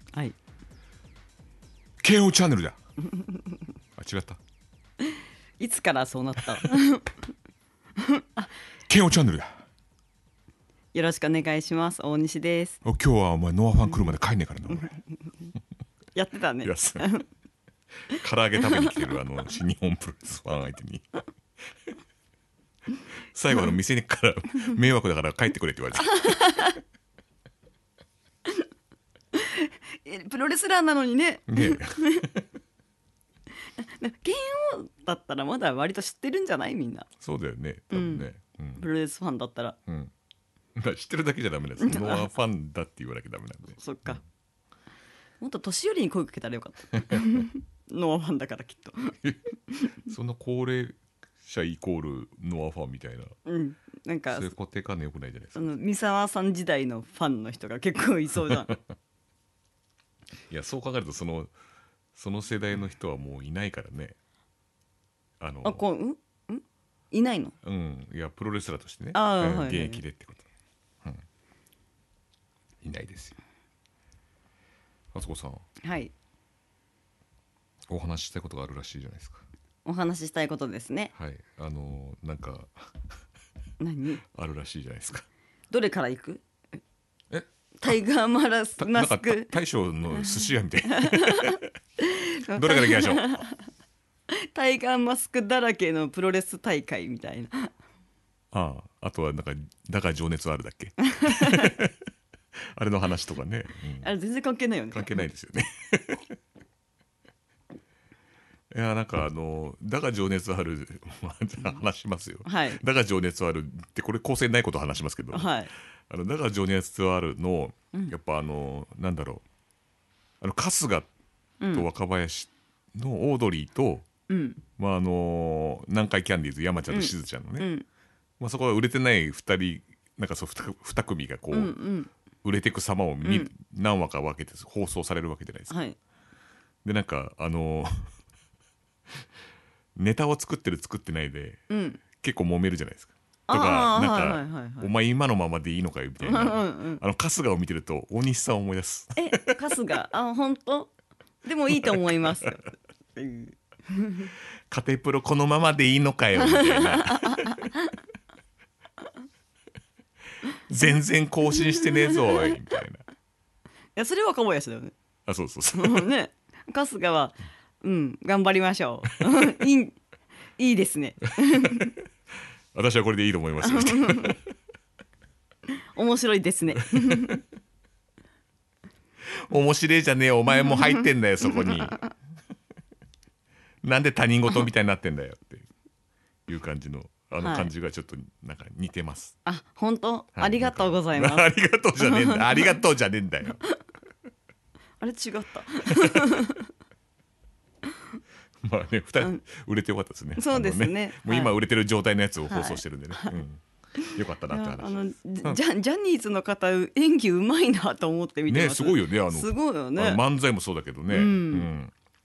はい。 慶応チャンネルだ。あ、違った。 いつからそうなった慶応チャンネルだ。 よろしくお願いします。大西です。 今日はお前ノアファン来るまで帰んねえからな俺。 やってたね。 やす唐揚げ食べに来てる新日本プロレスファン相手に最後店にから迷惑だから帰ってくれって言われてプロレスラーなのにね。 ね慶応だったらまだ割と知ってるんじゃないみんな。 そうだよね多分ね、 プロレスファンだったら。 知ってるだけじゃダメなんです。ノアファンだって言わなきゃダメなんで。 そっか。もっと年寄りに声かけたらよかったノアファンだからきっとそんな高齢者イコールノアファンみたいな、 なんかそういう固定観念よくないじゃないですか。 三沢さん時代のファンの人が結構いそうじゃんいやそう考えるとその世代の人はもういないからね。 いないの？ いやプロレスラーとしてね、現役でってこと、いないですよ。あつこさん、 はい、 お話ししたいことがあるらしいじゃないですか。 お話ししたいことですね。 はい、なんか何あるらしいじゃないですか。 どれから行く？タイガーマラスマスク大将の寿司屋みたいなどれから行きましょう。 タイガーマスクだらけのプロレス大会みたいな。 あとはなんかだから情熱はあるだっけあれの話とかね、 あれ全然関係ないよね。 関係ないですよねいやなんかだが情熱ある話しますよ、だが情熱あるってこれ構成ないこと話しますけど、だが情熱あるの、やっぱなんだろう、春日と若林のオードリーと、南海キャンディーズ山ちゃんとしずちゃんのね、そこは売れてない2人なんかそう 2組がこう、売れていく様を何話か分けて放送されるわけじゃないですか、でなんかネタを作ってる作ってないで、結構揉めるじゃないですか。とかなんかお前今のままでいいのかよみたいな春日を見てると大西さんを思い出す。 春日本当でもいいと思いますよカテプロこのままでいいのかよみたいな全然更新してねえぞおいみたいな。いやそれは若林だよね。 そうそうそうね、春日は頑張りましょういいですね私はこれでいいと思いますよ面白いですね面白いじゃねえよお前も入ってんだよそこになんで他人事みたいになってんだよっていう感じの感じがちょっとなんか似てます。 本当、ありがとうございます。 ありがとうじゃねえんだありがとうじゃねえんだよあれ違ったまあね2人売れてよかったですね。 そうですね。 もう今売れてる状態のやつを放送してるんでね、よかったなって話。 ジャニーズの方演技うまいなと思って見てます。 すごいよね。 すごいよね。 漫才もそうだけどね、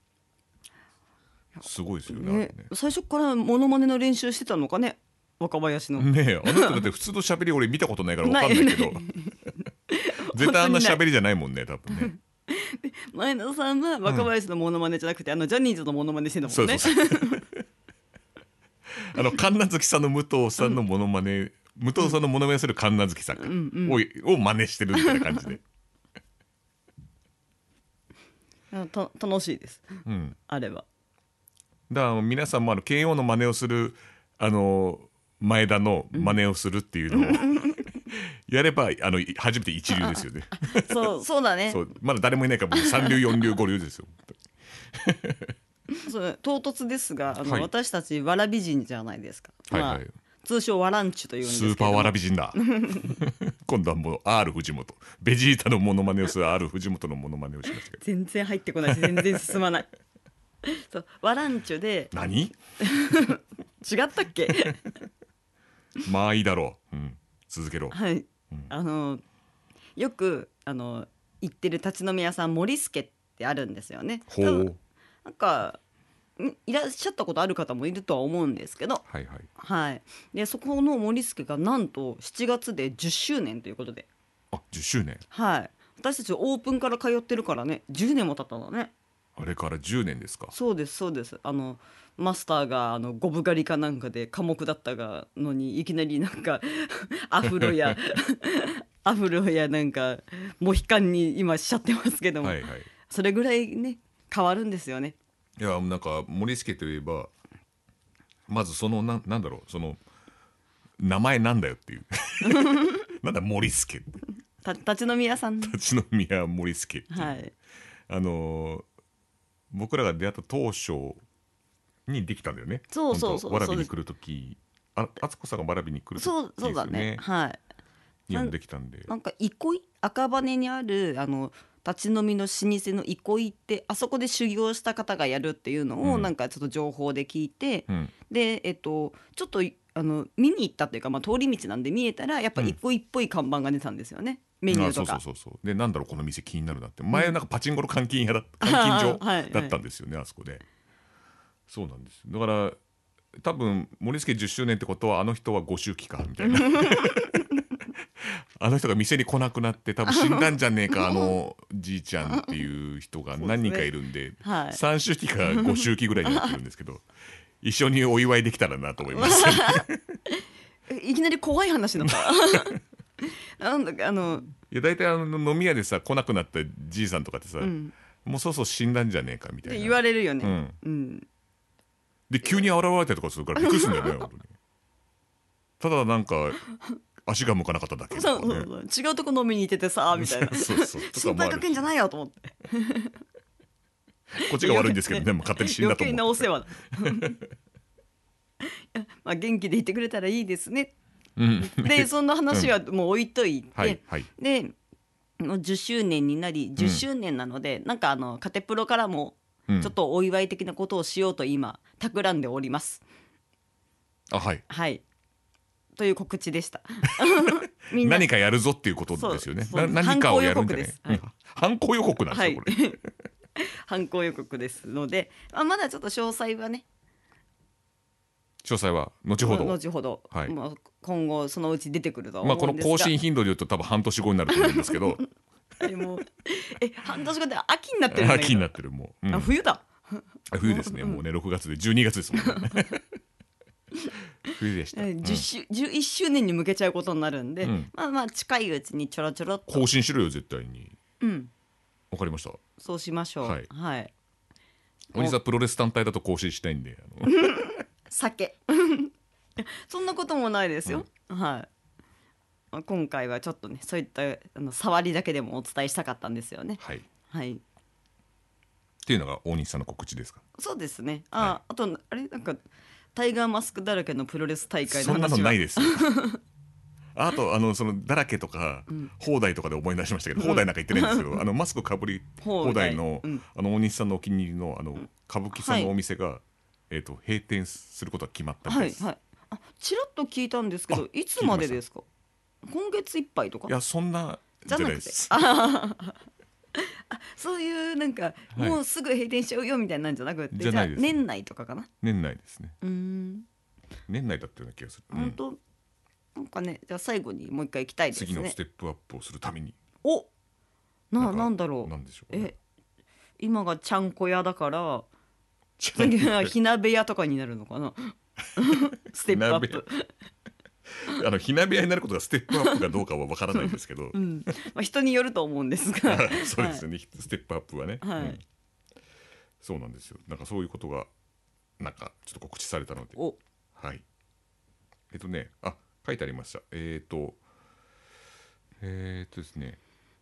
すごいですよね。 最初からモノマネの練習してたのかね、若林のね。あの人だって普通の喋り俺見たことないから分かんないけど絶対あんな喋りじゃないもんね多分ね前田さんは若林のモノマネじゃなくて、ジャニーズのモノマネしてたもんね。そう神奈月さんの武藤さんのモノマネ、武藤さんのモノマネする神奈月さんを真似してるみたいな感じで楽しいです、あれは。 だから皆さんも慶応の真似をする前田の真似をするっていうのをやれば初めて一流ですよねそうだね。 まだ誰もいないから三流四流五流ですよ唐突ですが私たちわらび人じゃないですか、通称わらんちゅというんですけど、 スーパーわらび人だ今度はもう R 藤本ベジータのモノマネをする R 藤本のモノマネをしましたけど全然入ってこないし全然進まないそうわらんちゅで何違ったっけまあいいだろう、続けろ。 よく行ってる立ち飲み屋さん森助ってあるんですよね。なんかいらっしゃったことある方もいるとは思うんですけど、でそこの森助がなんと7月で10周年ということで。 10周年。 私たちオープンから通ってるからね、10年も経ったんだね。 あれから10年ですか。 そうですそうです。マスターがゴブ狩りかなんかで寡黙だったがのに、いきなりなんかアフロやアフロやなんかモヒカンに今しちゃってますけども、 はいはい、 それぐらいね変わるんですよね。 いやなんか森助といえばまずそのなんだろう、その名前なんだよっていうなんだ森助って立ち飲み屋さん、 立ち飲み屋森助っていう、 はい、 僕らが出会った当初にできたんだよね。 そうそうそう、 わらびに来る時、敦子さんがわらびに来る時ですよね。 そうだね、はい。 にもできたんで、 なんか憩い、赤羽にある立ち飲みの老舗の憩いって、あそこで修行した方がやるっていうのをなんかちょっと情報で聞いて、でちょっと見に行ったっていうか、まあ、通り道なんで見えたらやっぱ憩いっぽい看板が出たんですよね、メニューとか。 そうで、なんだろうこの店気になるなって、前なんかパチンコの監禁所だったんですよね、あそこで。そうなんです。だから多分森助10周年ってことは、あの人はご周期かみたいなあの人が店に来なくなって多分死んだんじゃねえかじいちゃんっていう人が何人かいるんで、3周期か5周期ぐらいになってるんですけど一緒にお祝いできたらなと思います、 ね、いきなり怖い話だったなんだかいや大体飲み屋でさ来なくなったじいさんとかってさ、もうそろそろ死んだんじゃねえかみたいな言われるよね、 で急に現れたりとかするからびっくりするんだよね本当に。ただなんか足が向かなかっただけ、ね、 そう違うとこ飲みに行っててさみたいな心配かけんじゃないよと思ってこっちが悪いんですけどね、もう勝手に死んだと思って、 余計なお世話だまあ元気でいてくれたらいいですね、でそんな話はもう置いといて、で10周年になり、10周年なので、なんかカテプロからもちょっとお祝い的なことをしようと今企んでおります。はい、という告知でしたみんな何かやるぞっていうことですよね。何かをやるんじゃない。犯行予告なんですよこれ犯行予告ですので、まだちょっと詳細はね、 詳細は後ほど、 まあ、今後そのうち出てくるとは思うんですが、 この更新頻度でいうと多分半年後になると思うんですけどもう半年後で秋になってる、 秋になってる、もう、 冬だ冬ですね、もうね6月で12月ですもんね冬でした。 11周年に向けちゃうことになるんで、まあ近いうちにちょろちょろっと更新しろよ絶対に。わかりました。 そうしましょう。はい。 お兄さんプロレス単体だと更新したいんで酒そんなこともないですよ。はい。今回はちょっとね、そういった触りだけでもお伝えしたかったんですよね。はい。 っていうのが大西さんの告知ですか。 そうですね。あとあれなんかタイガーマスクだらけのプロレス大会の話はそんなのないですよあとそのだらけとか、放題とかで思い出しましたけど、放題なんか言ってないんですけど、マスクかぶり放題の大西さんのお気に入りの歌舞伎さんのお店が、閉店することが決まったんです。 ちらっと聞いたんですけど、いつまでですか。今月いっぱいとか。 いやそんなじゃないです。 そういうなんか、もうすぐ閉店しちゃうよみたいなんじゃなくて、じゃあ年内とかかな。 年内ですね。年内だったような気がする。 本当なんかね、じゃあ最後にもう一回行きたいですね。 次のステップアップをするために。 なんだろう。 なんでしょう。 今がちゃんこ屋だから次はひなべ屋とかになるのかなステップアップひなべ屋になることがステップアップかどうかは分からないんですけど、 人によると思うんですがそうですよね、ステップアップはね、そうなんですよ。なんかそういうことがなんかちょっと告知されたので、ね、書いてありました。ですね、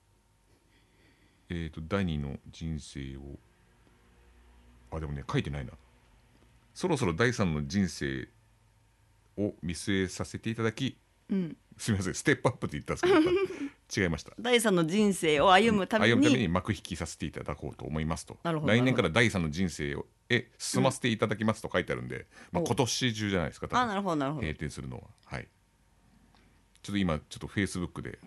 第二の人生をでもね書いてないな。そろそろ第三の人生を見据えさせていただき、すみませんステップアップって言ったんですけど違いました。 第三の人生を歩むために幕引きさせていただこうと思いますと。来年から第三の人生へ進ませていただきますと書いてあるんで、今年中じゃないですか。 なるほど閉店するのは。ちょっと今ちょっとフェイスブックで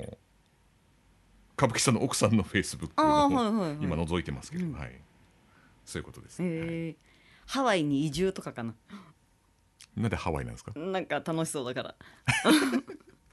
歌舞伎さんの奥さんのフェイスブックを今覗いてますけど、そういうことです。 ハワイに移住とかかな。 なんでハワイなんですか。 なんか楽しそうだから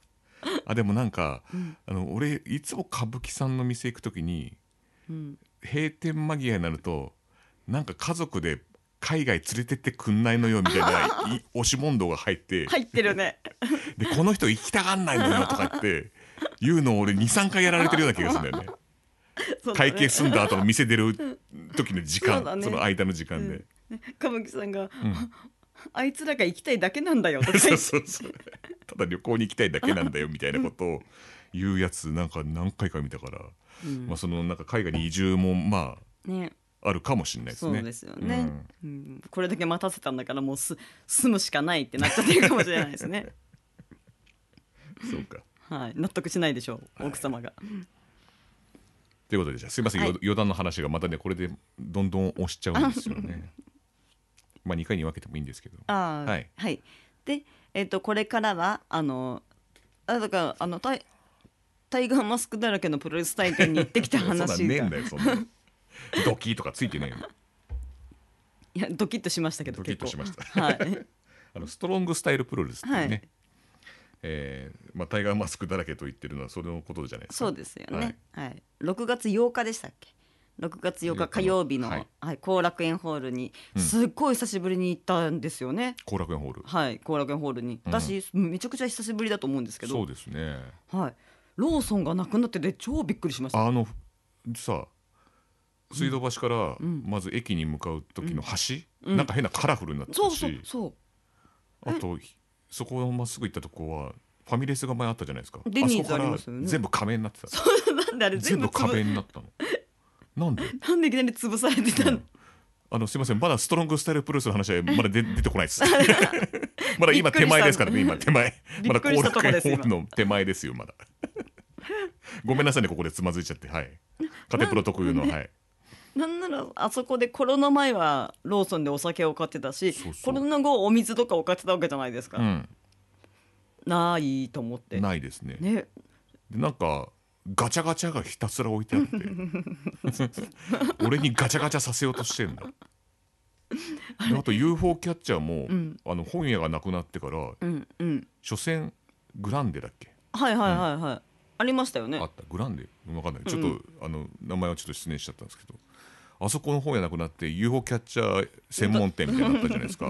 でもなんか、俺いつも歌舞伎さんの店行くときに、閉店間際になるとなんか家族で海外連れてってくんないのよみたいな押し問答が入ってるねでこの人行きたがんないのよとかって言うのを俺 2,3 回やられてるような気がするんだよね会計済んだ後の店出る時の時間 その間の時間で、 歌舞伎さんが、あいつらが行きたいだけなんだよとか言ってそうただ旅行に行きたいだけなんだよみたいなことを言うやつなんか何回か見たから、そのなんか海外に移住もまあ、あるかもしれないですね。 そうですよね、これだけ待たせたんだからもう住むしかないってなっちゃってるかもしれないですねそうか、 納得しないでしょう、奥様が。 ということで、じゃあすいません、余談の話がまたねこれでどんどん押しちゃうんですよねまあ2回に分けてもいいんですけど。 はい、で、これからはだからタイガーマスクだらけのプロレス大会に行ってきた話がそんなねえんだよそんなドキとかついてねえよいやドキッとしましたけど、 ドキッとしました、 はいストロングスタイルプロレスっていうね、タイガーマスクだらけと言ってるのはそれのことじゃないですか。 そうですよね、6月8日でしたっけ。6月8日火曜日の後楽園ホールにすっごい久しぶりに行ったんですよね。 後楽園ホール、 後楽園ホールに私、めちゃくちゃ久しぶりだと思うんですけど。 そうですね、 ローソンがなくなってて超びっくりしました。 さ水道橋からまず駅に向かう時の橋、なんか変なカラフルになってたし、あとそこをまっすぐ行ったとこはファミレスが前あったじゃないですか。 デニーズありますよね。 全部壁になってた。 なんであれ全部壁になったのなんでいきなり潰されてたの。 すいません、まだストロングスタイルプロレスの話はまだ出てこないですまだ今手前ですからね、今手前まだ後楽園ホールの手前ですよまだごめんなさいね、ここでつまずいちゃって。カテプロ特有のなんならあそこでコロナ前はローソンでお酒を買ってたし、コロナ後お水とかを買ってたわけじゃないですか、ないと思って。 ないですね。でなんかガチャガチャがひたすら置いてあって俺にガチャガチャさせようとしてんだであと UFO キャッチャーも、本屋がなくなってから、初戦グランデだっけ。ありましたよね。 あったグランデ分かんない、ちょっと名前はちょっと失念しちゃったんですけど、あそこの本屋なくなって UFO キャッチャー専門店みたいになったじゃないですか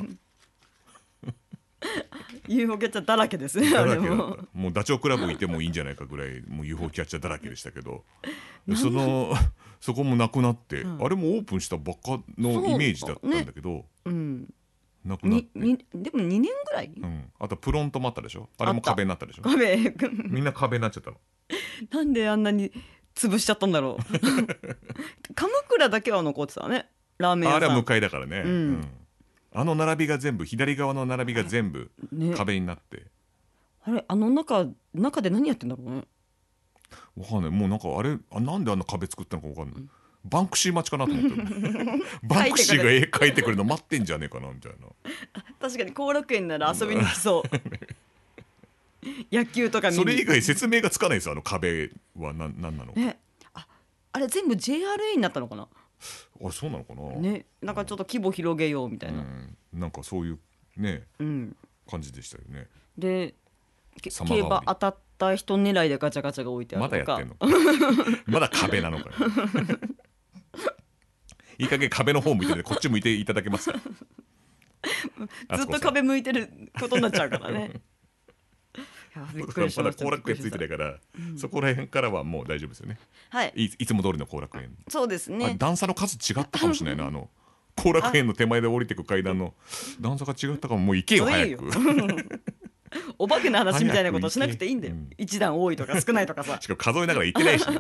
UFO キャッチャーだらけですね。 だらけだった。もうダチョウ倶楽部いてもいいんじゃないかぐらいもう UFO キャッチャーだらけでしたけどそこもなくなって、あれもオープンしたばっかのイメージだったんだけど、なくなって。 でも2年ぐらい、 あとプロントもあったでしょ。あれも壁になったでしょ。みんな壁になっちゃったのなんであんなに潰しちゃったんだろう鎌倉だけは残ってたね、ラーメン屋さん。 あれは向かいだからね、あの並びが全部左側の並びが全部壁になって、 あれ中で何やってんだろうね。 わかんない。もうなんかなんであんな壁作ったのかわかんない。バンクシー待ちかなと思ってバンクシーが絵描いてくるの待ってんじゃねえかなみたいな確かに後楽園なら遊びに来そう野球とか見に。 それ以外説明がつかないですよ、壁は何なのか、 あれ全部 JRA になったのかな。 そうなのかなね、なんかちょっと規模広げようみたいな、 なんかそういうね、感じでしたよね。 で競馬当たった人狙いでガチャガチャが置いてあるとか。 まだやってんのまだ壁なのかよいい加減壁の方向いてこっち向いていただけますかずっと壁向いてることになっちゃうからねびっくりしました。 まだ後楽園ついてないから、そこら辺からはもう大丈夫ですよね。いつも通りの後楽園。 そうですね。 段差の数違ったかもしれないな後楽園の手前で降りてく階段の段差が違ったかも。もう行けよ早くお化けの話みたいなことしなくていいんだよ、一段多いとか少ないとかさしかも数えながら行ってないしね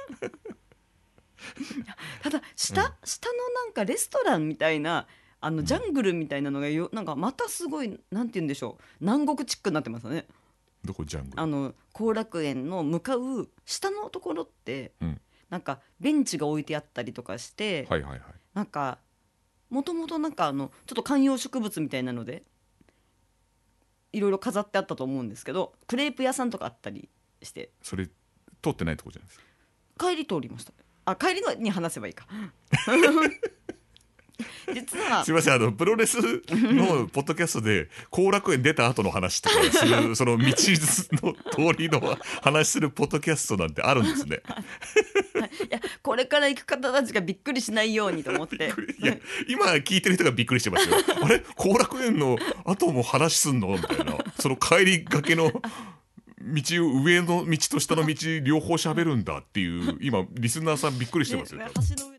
ただ下のなんかレストランみたいなジャングルみたいなのがなんかまたすごいなんて言うんでしょう、南国チックになってますよね。 どこジャングル？ 後楽園の向かう下のところって、なんかベンチが置いてあったりとかして、なんかもともとなんかちょっと観葉植物みたいなのでいろいろ飾ってあったと思うんですけど、クレープ屋さんとかあったりして。 それ通ってないとこじゃないですか。 帰り通りました。帰りに話せばいいか実はすいません、プロレスのポッドキャストで後楽園出た後の話とかするその道の通りの話するポッドキャストなんてあるんですね。 いや、これから行く方たちがびっくりしないようにと思って。 いや、今聞いてる人がびっくりしてますよ。あれ、後楽園の後も話すんのみたいな、その帰りがけの道を、上の道と下の道両方喋るんだっていう、今リスナーさんびっくりしてますよ。 橋の上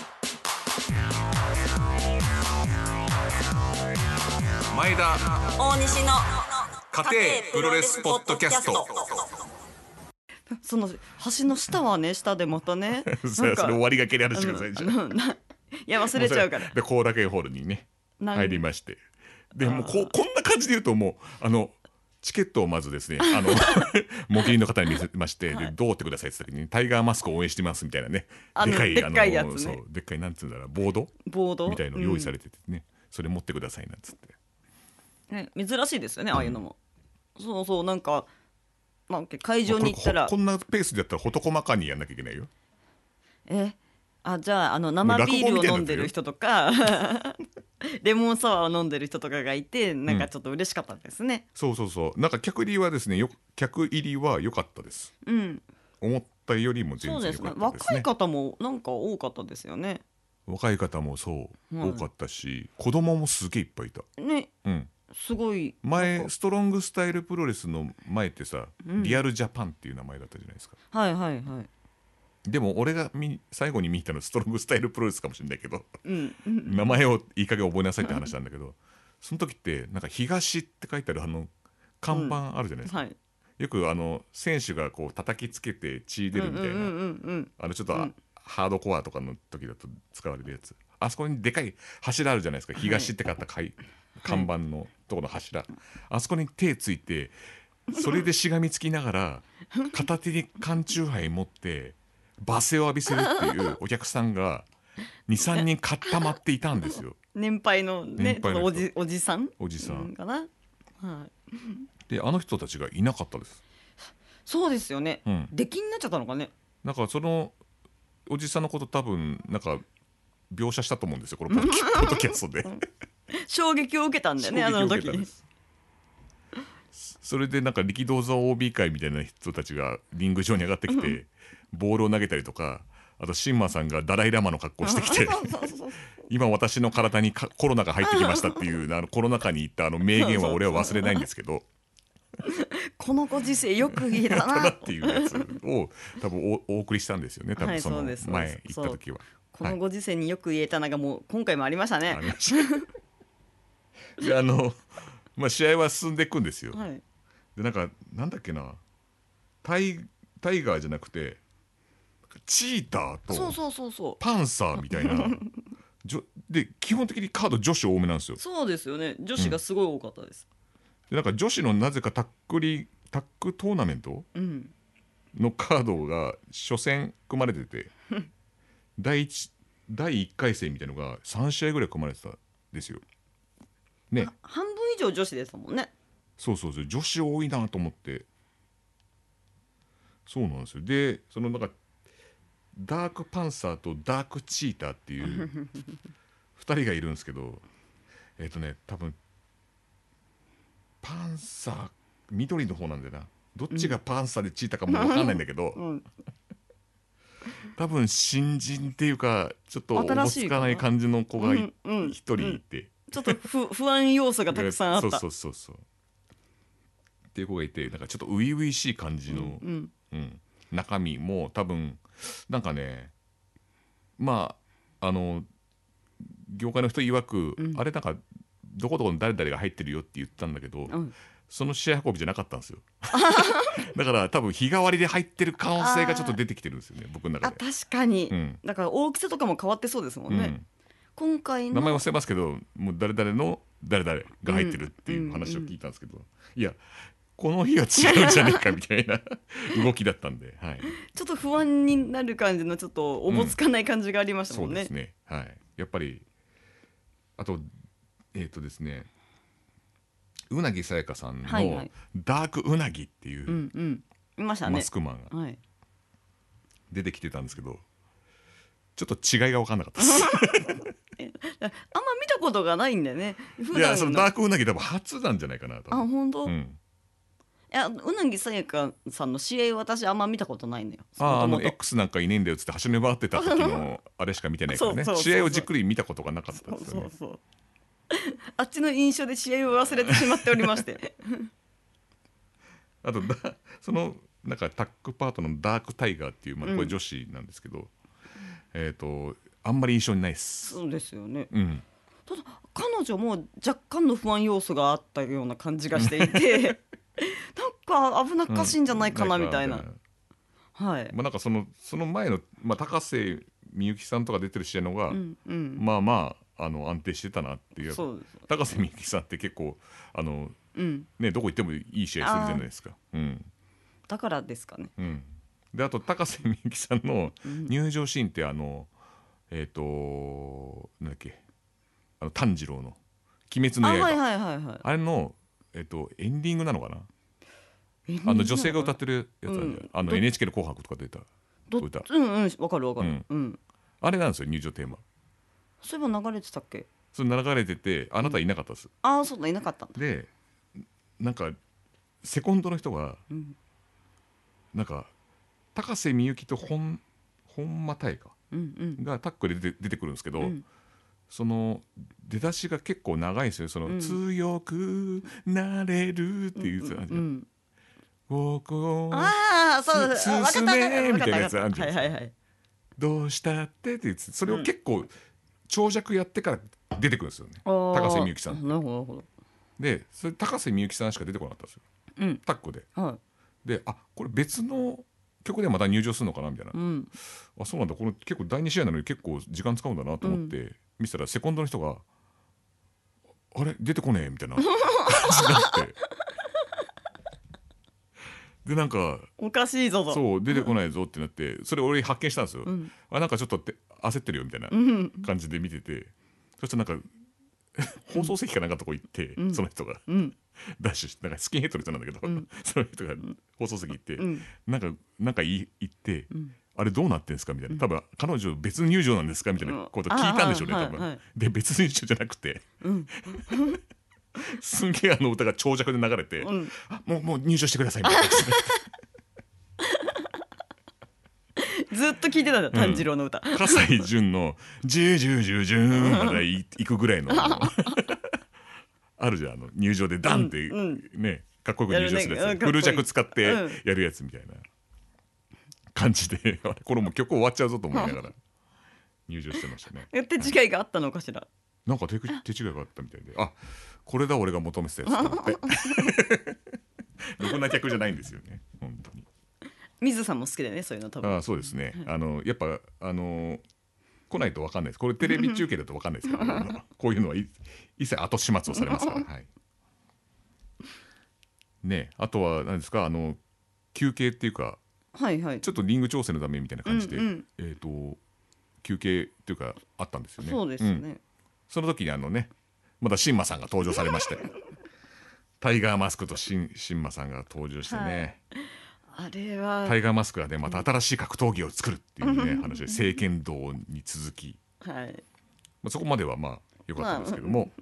前田大西の家庭プロレスポッドキャスト。 その橋の下はね、下でまたねそれ終わりがけで話してください。じゃあいや、忘れちゃうから。 で後楽園ホールにね入りまして、でもうこんな感じで言うと、もうチケットをまずですね、模擬の方に見せまして、でどうってくださいって言った時に、タイガーマスクを応援してますみたいなね、でかいやつね、 そうでっかい、なんつうんだろう、ボードみたいの用意されててね、それ持ってくださいなんつって、 ね、珍しいですよね、ああいうのも。そうそう、なんか会場に行ったらこんなペースでやったら事細かにやんなきゃいけないよ。 じゃあ生ビールを飲んでる人とかレモンサワーを飲んでる人とかがいて、なんかちょっと嬉しかったですね。 そうなんか客入りはですね、客入りは良かったです。思ったよりも全然良かったですね。 若い方もなんか多かったですよね。 若い方も多かったし、子供もすげえいっぱいいたね。すごい。 前ストロングスタイルプロレスの前ってさ、リアルジャパンっていう名前だったじゃないですか。 はいはいはい。 でも俺が最後に見たのはストロングスタイルプロレスかもしれないけど、名前をいい加減覚えなさいって話なんだけど、その時ってなんか東って書いてある看板あるじゃないですか。よく選手がこう叩きつけて血出るみたいな、ちょっとハードコアとかの時だと使われるやつ、あそこにでかい柱あるじゃないですか、東って書いた看板のところの柱、あそこに手ついて、それでしがみつきながら片手に缶チューハイ持って罵声を浴びせるっていうお客さんが 2,3 人固まっていたんですよ。 年配のね、おじさんかな。 であの人たちがいなかったです。 そうですよね、出禁になっちゃったのかね。 なんかそのおじさんのこと多分なんか描写したと思うんですよ、このポッドキャストで衝撃を受けたんだよね、あの時。 それでなんか力道山 OB 会みたいな人たちがリング上に上がってきてボールを投げたりとか、あとシンマさんがダライラマの格好してきて今私の体にコロナが入ってきましたっていうコロナ禍に言った名言は俺は忘れないんですけどこのご時世よく言えたなっていうやつを多分お送りしたんですよね、多分その前行った時は。 このご時世によく言えたのがもう今回もありましたね。ありましたで試合は進んでいくんですよ。でなんだっけな、タイガーじゃなくてチーターとパンサーみたいなで基本的にカード女子多めなんですよ。 そうですよね、女子がすごい多かったです。 でなんか女子のなぜかタックトーナメント、のカードが初戦組まれてて第1回戦みたいのが3試合ぐらい組まれてたんですよね。 半分以上女子ですもんね。 そう女子多いなと思って、そうなんですよ。でそのなんかダークパンサーとダークチーターっていう2人がいるんですけど、多分パンサー緑の方なんだよな、どっちがパンサーでチーターかも分かんないんだけど、多分新人っていうかちょっとおぼつかない感じの子が1人いて、 ちょっと不安要素がたくさんあった。 そうっていう子がいて、なんかちょっと初々しい感じの、中身も多分なんかね、業界の人曰く、あれなんかどこどこの誰々が入ってるよって言ったんだけど、その試合運びじゃなかったんですよだから多分日替わりで入ってる可能性がちょっと出てきてるんですよね、僕の中で。 確かに、だから大きさとかも変わってそうですもんね。今回の名前忘れますけど、もう誰々の誰々が入ってるっていう話を聞いたんですけど、いやこの日は違うんじゃねえかみたいな動きだったんで、 ちょっと不安になる感じのちょっとおぼつかない感じがありましたもんね。 そうですね、やっぱりあとですね、うなぎさやかさんのダークうなぎっていうマスクマンが出てきてたんですけど、ちょっと違いが分かんなかったですあんま見たことがないんだよね。 いや、そのダークうなぎ多分初なんじゃないかな。 あ、本当。いや、うなぎさやかさんの試合私あんま見たことないのよ。 X なんかいねえんだよっつって走り回ってた時のあれしか見てないからね。試合をじっくり見たことがなかったですよね。そうあっちの印象で試合を忘れてしまっておりましてあとそのなんかタッグパートのダークタイガーっていう、これ女子なんですけど、あんまり印象にないです。 そうですよね。ただ彼女も若干の不安要素があったような感じがしていてなんか危なっかしいんじゃないかなみたいな。はい。 なんかその前の、高瀬みゆきさんとか出てる試合の方が、まあまあ安定してたなっていう。高瀬みゆきさんって結構ね、どこ行ってもいい試合するじゃないですか。 だからですかね。 であと高瀬みゆきさんの入場シーンってなんだっけ、炭治郎の「鬼滅の刃」あれのエンディングなのかな。女性が歌ってるやつあるじゃん。NHK の「紅白」とか出た歌。 わかるわかる。 あれなんですよ、入場テーマ。 そういえば流れてたっけ。 それ流れてて、あなたいなかったです。 ああ、そうだ、いなかったんだ。 でなんかセコンドの人がなんか高瀬みゆきと本間妙香がタッグで出てくるんですけど、その出だしが結構長いんですよ。その強くなれるっていうやつあるじゃん。僕を進めみたいなやつあるじゃないですか。どうしたってって言って、それを結構長尺やってから出てくるんですよね、高瀬みゆきさん。なるほど。でそれ高瀬みゆきさんしか出てこなかったんですよ、タッグで。で、これ別の曲でまた入場するのかなみたいな、そうなんだ、これ結構第2試合なのに結構時間使うんだなと思って見せたら、セコンドの人が「あれ出てこねえ」みたいな感じになってでなんかおかしいぞと、 そう出てこないぞってなって、それ俺発見したんですよ。なんかちょっと焦ってるよみたいな感じで見てて、そしたらなんか放送席かなんかとこ行って、その人がダッシュして、なんかスキンヘッドの人なんだけど、その人が放送席行って、なんか言って、あれどうなってんですかみたいな、多分彼女別入場なんですかみたいなこと聞いたんでしょうね、多分。で別入場じゃなくてすんげえ歌が長尺で流れて、もう入場してくださいみたいなずっと聞いてたんだ、炭治郎の歌。 葛西潤の「ジュージュージュージューン」まで行くぐらいのあるじゃん、入場でダンってね、かっこよく入場するやつ、フル尺使ってやるやつみたいな感じで、これもう曲終わっちゃうぞと思いながら入場してましたね。 手違いがあったのかしら。 なんか手違いがあったみたいで、これだ俺が求めてたやつと思ってろくな客じゃないんですよね、本当に。 水さんも好きだよね、そういうの多分。 そうですね。やっぱ来ないと分かんないです。これテレビ中継だと分かんないですからこういうのは一切後始末をされますから。はい。ね、あとは何ですか、休憩っていうか、ちょっとリング調整のためみたいな感じで、休憩っていうかあったんですよね。 そうですね。 その時にまだ新馬さんが登場されましてタイガーマスクと新馬さんが登場してね、 あれはタイガーマスクがねまた新しい格闘技を作るっていうね話で、聖剣道に続き、そこまではまあ良かったんですけども、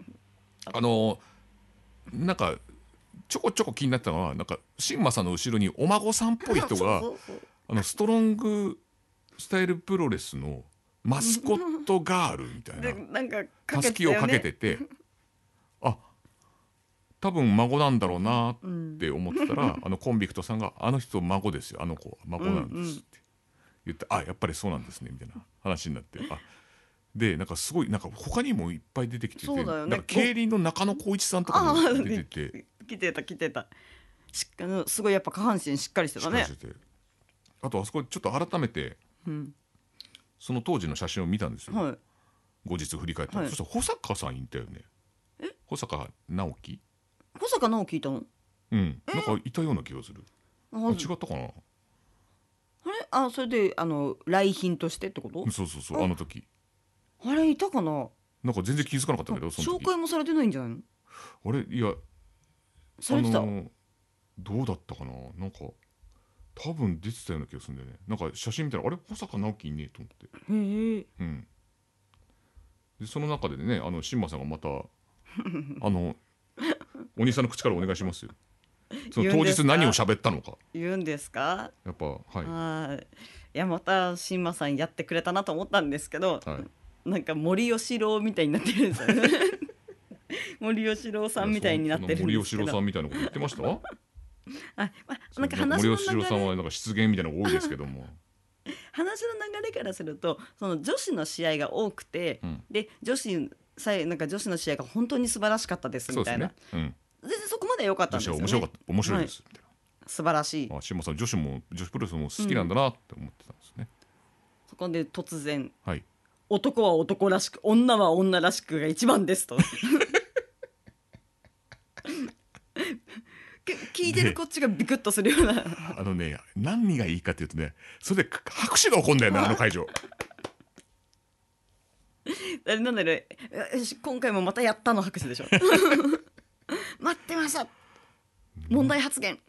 なんかちょこちょこ気になったのは、なんか新馬さんの後ろにお孫さんっぽい人がストロングスタイルプロレスのマスコットガールみたいなたすきをかけてて、多分孫なんだろうなって思ってたら、コンビクトさんが「あの人孫ですよ、あの子は孫なんです」って言って「やっぱりそうなんですね」みたいな話になって、でなんかすごいなんか他にもいっぱい出てきてて、なんか競輪の中野浩一さんとかも出てて、 来てたすごいやっぱ下半身しっかりしてたね。 あとあそこちょっと改めてその当時の写真を見たんですよ、後日振り返って。そしたら保坂さんいたよね。保坂直樹いたの？ なんかいたような気がする。違ったかな。 あれ、それで来賓としてってこと？ そう、あの時あれいたかな。 なんか全然気づかなかったけど、その時紹介もされてないんじゃないの？ あれ、いやされてた？ どうだったかな。なんか多分出てたような気がするんだよね。なんか写真見たら、あれ保坂直樹いねえと思って。 へえ。 でその中でね新馬さんがまたお兄さんの口からお願いしますよ。その当日何を喋ったのか言うんですか。 やっぱはい。いやまた新馬さんやってくれたなと思ったんですけど、なんか森喜朗みたいになってるんですよね。森喜朗さんみたいになってるんですけど。 森喜朗さんみたいなこと言ってました？ なんか話の流れ、 森喜朗さんはなんか失言みたいなのが多いですけども。 話の流れからするとその女子の試合が多くて、で女子の試合が本当に素晴らしかったですみたいな。全然そこまで良かったんですよね。 面白いですみたいな。 素晴らしい。 新馬さん女子プロレスも好きなんだなって思ってたんですね。 そこで突然、 はい男は男らしく女は女らしくが一番ですと聞いてるこっちがビクッとするような何がいいかっていうとね、それで拍手が起こるんだよね、会場。 なんだろう、今回もまたやったの拍手でしょ。待ってました、問題発言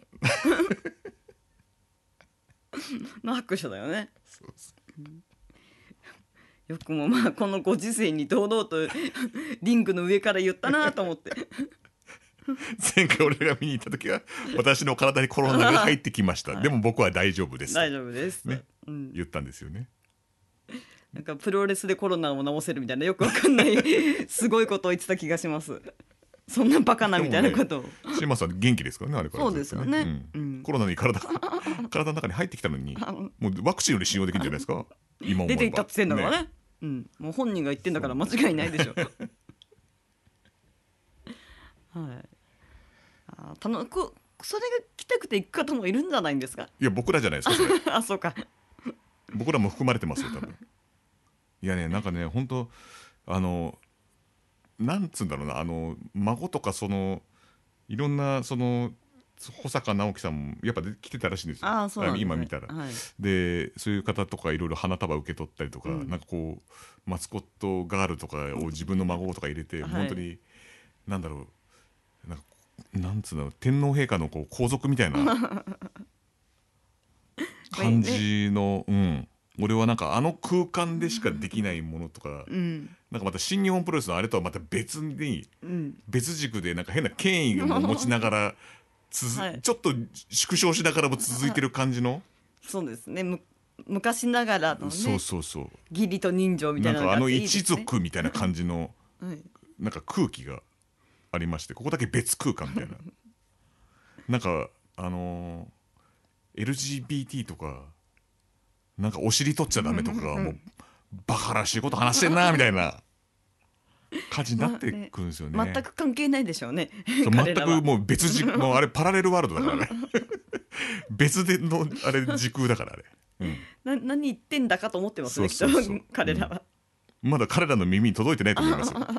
の拍手だよね。そうそう、よくもこのご時世に堂々とリングの上から言ったなと思って。 前回俺が見に行った時は私の体にコロナが入ってきました、でも僕は大丈夫です大丈夫です、 ね、言ったんですよね。 なんかプロレスでコロナを治せるみたいなよくわかんないすごいことを言ってた気がします。そんなバカなみたいなことを。 シマさん元気ですからね、あれから、 そうですよね、 コロナに体の中に入ってきたのにもうワクチンより信用できるんじゃないですか。今出ていったって言ってんだからね、もう本人が言ってんだから間違いないでしょ。はい、それが来たくて行く方もいるんじゃないんですか。 いや僕らじゃないですかそれ。 あ、そうか。 僕らも含まれてますよ多分。いやね、なんかね本当なんつうんだろうな、孫とかいろんな保坂直樹さんもやっぱ来てたらしいんですよ。 あ、そうなんですね、 今見たら、でそういう方とかいろいろ花束受け取ったりとか、なんかこうマスコットガールとかを自分の孫とか入れて、本当になんだろう、なんつうの、天皇陛下の皇族みたいな感じの、俺はなんか空間でしかできないものとか、なんかまた新日本プロレスのあれとはまた別に、別軸でなんか変な権威を持ちながらちょっと縮小しながらも続いてる感じの、 そうですね、昔ながらのね、 そう義理と人情みたいなのがあっていいですね。 一族みたいな感じのなんか空気がありまして、ここだけ別空間みたいな。なんかLGBT とかなんかお尻取っちゃダメとかがもうバカらしいこと話してんなみたいな感じになってくるんですよね。 全く関係ないでしょうね。 全くもう別軸、もうあれパラレルワールドだからね。別でのあれ時空だからあれ、 何言ってんだかと思ってますね、きっと彼らは、 まだ彼らの耳に届いてないと思いますよ。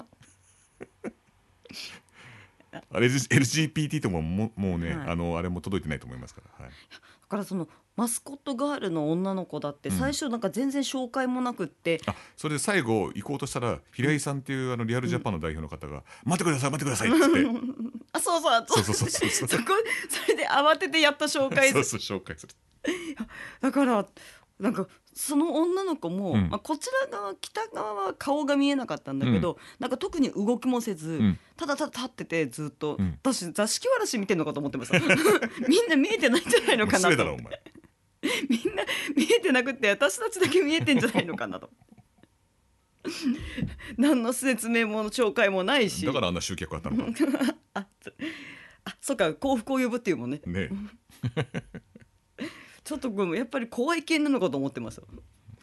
あれ LGBT とももうね、あれも届いてないと思いますから、だからそのマスコットガールの女の子だって最初なんか全然紹介もなくって、 それで最後行こうとしたら平井さんっていうリアルジャパンの代表の方が「待ってください待ってください」って言ってそうそれで慌ててやっと紹介する。 紹介する。 だからなんかその女の子も、こちら側北側は顔が見えなかったんだけど、なんか特に動きもせず、ただただ立っててずっと、私座敷わらし見てんのかと思ってました。みんな見えてないんじゃないのかなと。 失礼だろお前。 みんな見えてなくて私たちだけ見えてんじゃないのかなと。何の説明も紹介もないし、 だからあんな集客あったのか。 そうか、幸福を呼ぶっていうもんね。ちょっとやっぱり怖い系なのかと思ってますよ。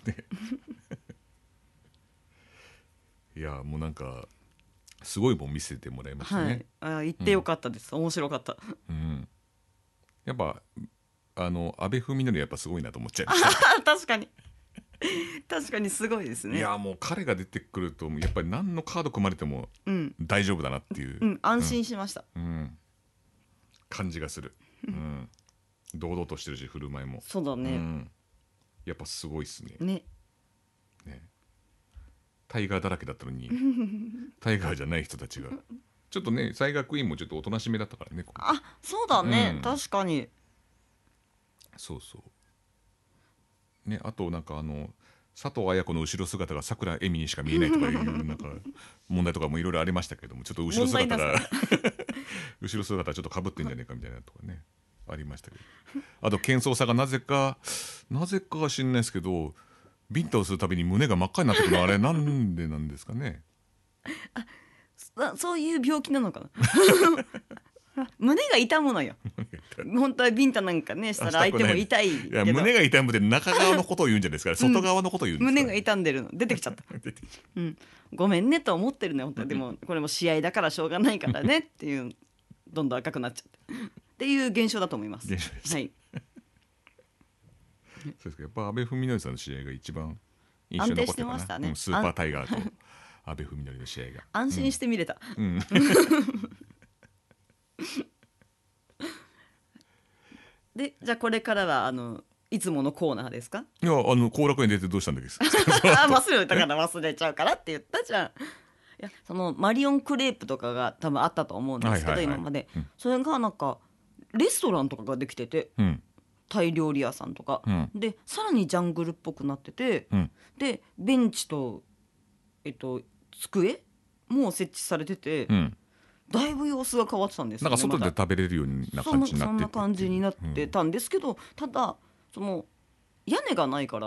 いやもうなんかすごいもん見せてもらいましたね。 行ってよかったです、面白かった。 やっぱ阿部文則やっぱすごいなと思っちゃいました。 確かにすごいですね。 いやもう彼が出てくるとやっぱり何のカード組まれても大丈夫だなっていう、 安心しました、 感じがする。堂々としてるし振る舞いも。 そうだね、 やっぱすごいっすね。タイガーだらけだったのにタイガーじゃない人たちがちょっとね、西学院もちょっとおとなしめだったからね。 そうだね、確かに。 そうね、あとなんか佐藤綾子の後ろ姿が桜恵美にしか見えないとかいうなんか問題とかもいろいろありましたけども、ちょっと後ろ姿が後ろ姿ちょっとかぶってんじゃねえかみたいなとかねありましたけど、あと健三さんがなぜかは知んないですけど、ビンタをするたびに胸が真っ赤になってくるのはあれなんでなんですかね。 そういう病気なのかな胸が痛むのよ本当はビンタなんかねしたら相手も痛いけど、 いや胸が痛むって中側のことを言うんじゃないですか、外側のことを言うんですか、 胸が痛んでるの出てきちゃったごめんねと思ってるね本当に。でもこれも試合だからしょうがないからねっていうどんどん赤くなっちゃってっていう現象だと思います。 現象です、はいそうですか。やっぱ阿部文則さんの試合が一番印象に残ってたかな。安定してましたね、スーパータイガーと阿部文則の試合が安心して見れた、でじゃあこれからはいつものコーナーですか。 いや後楽園出てどうしたんだっけ忘れたから忘れちゃうからって言ったじゃん。いやそのマリオンクレープとかが多分あったと思うんですけど、今まで、それがなんかレストランとかができてて、タイ料理屋さんとか、でさらにジャングルっぽくなってて、でベンチと机も設置されてて、だいぶ様子が変わってたんですよね。 なんか外で食べれるような感じになってて、 そんな感じになってたんですけど、ただその屋根がないから、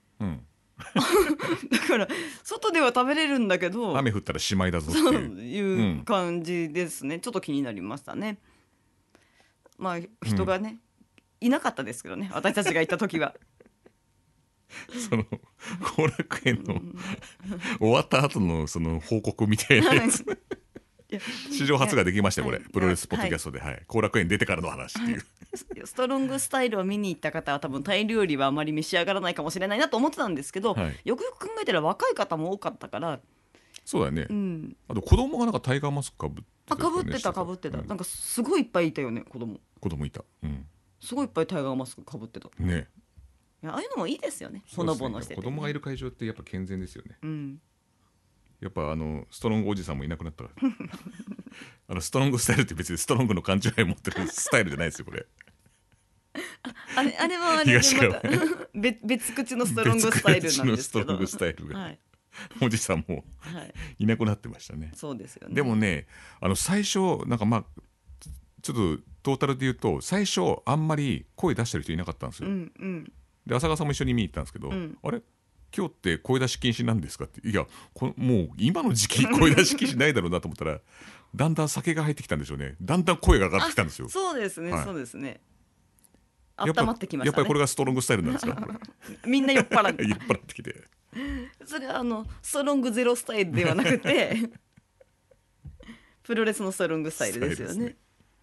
だから外では食べれるんだけど雨降ったらしまいだぞっていう感じですね。ちょっと気になりましたね。まあ人がね、いなかったですけどね、私たちが行った時はその後楽園の終わった後のその報告みたいなやつ史上初ができましたこれ、プロレスポッドキャストで、後楽園出てからの話っていうストロングスタイルを見に行った方は多分タイ料理はあまり召し上がらないかもしれないなと思ってたんですけど、よくよく考えたら若い方も多かったから。 そうだね、あと子供がなんかタイガーマスクかぶってた、 かぶってた、なんかすごいいっぱいいたよね、子供いた、すごいいっぱいタイガーマスクかぶってたね。いやああいうのもいいですよね、ほのぼのしてて、 子供がいる会場ってやっぱ健全ですよね。やっぱストロングおじさんもいなくなったからストロングスタイルって別にストロングの勘違い持ってるスタイルじゃないですよこれ。 あれはあれでまた別口のストロングスタイルなんですけど、別口のストロングスタイルが、おじさんもいなくなってましたね。 そうですよね。 でもね最初なんかちょっとトータルで言うと最初あんまり声出してる人いなかったんですよ。で浅川さんも一緒に見に行ったんですけど、あれ今日って声出し禁止なんですかって、いやもう今の時期声出し禁止ないだろうなと思ったらだんだん酒が入ってきたんでしょうね。だんだん声が上がってきたんですよ。 そうですね、そうですね。温まってきましたね。 やっぱりこれがストロングスタイルなんですかみんな酔っ払って酔っ払ってきて、 それはストロングゼロスタイルではなくてプロレスのストロングスタイルですよね。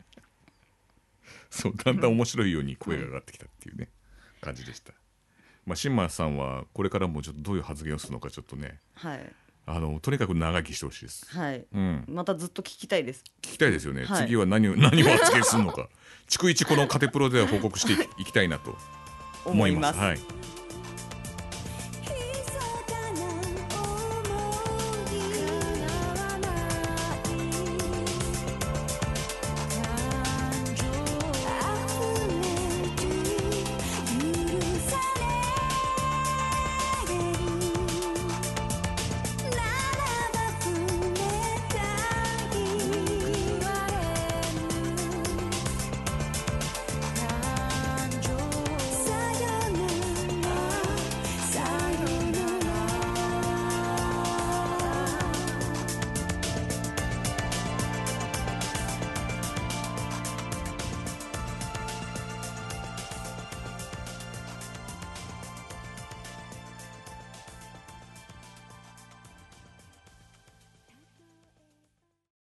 そうだんだん面白いように声が上がってきたっていうね、感じでした。新馬さんはこれからもちょっとどういう発言をするのかちょっとね、とにかく長生きしてほしいです。 またずっと聞きたいです。 聞きたいですよね、次は何を発言するのか逐一このカテプロでは報告していきたいなと思います。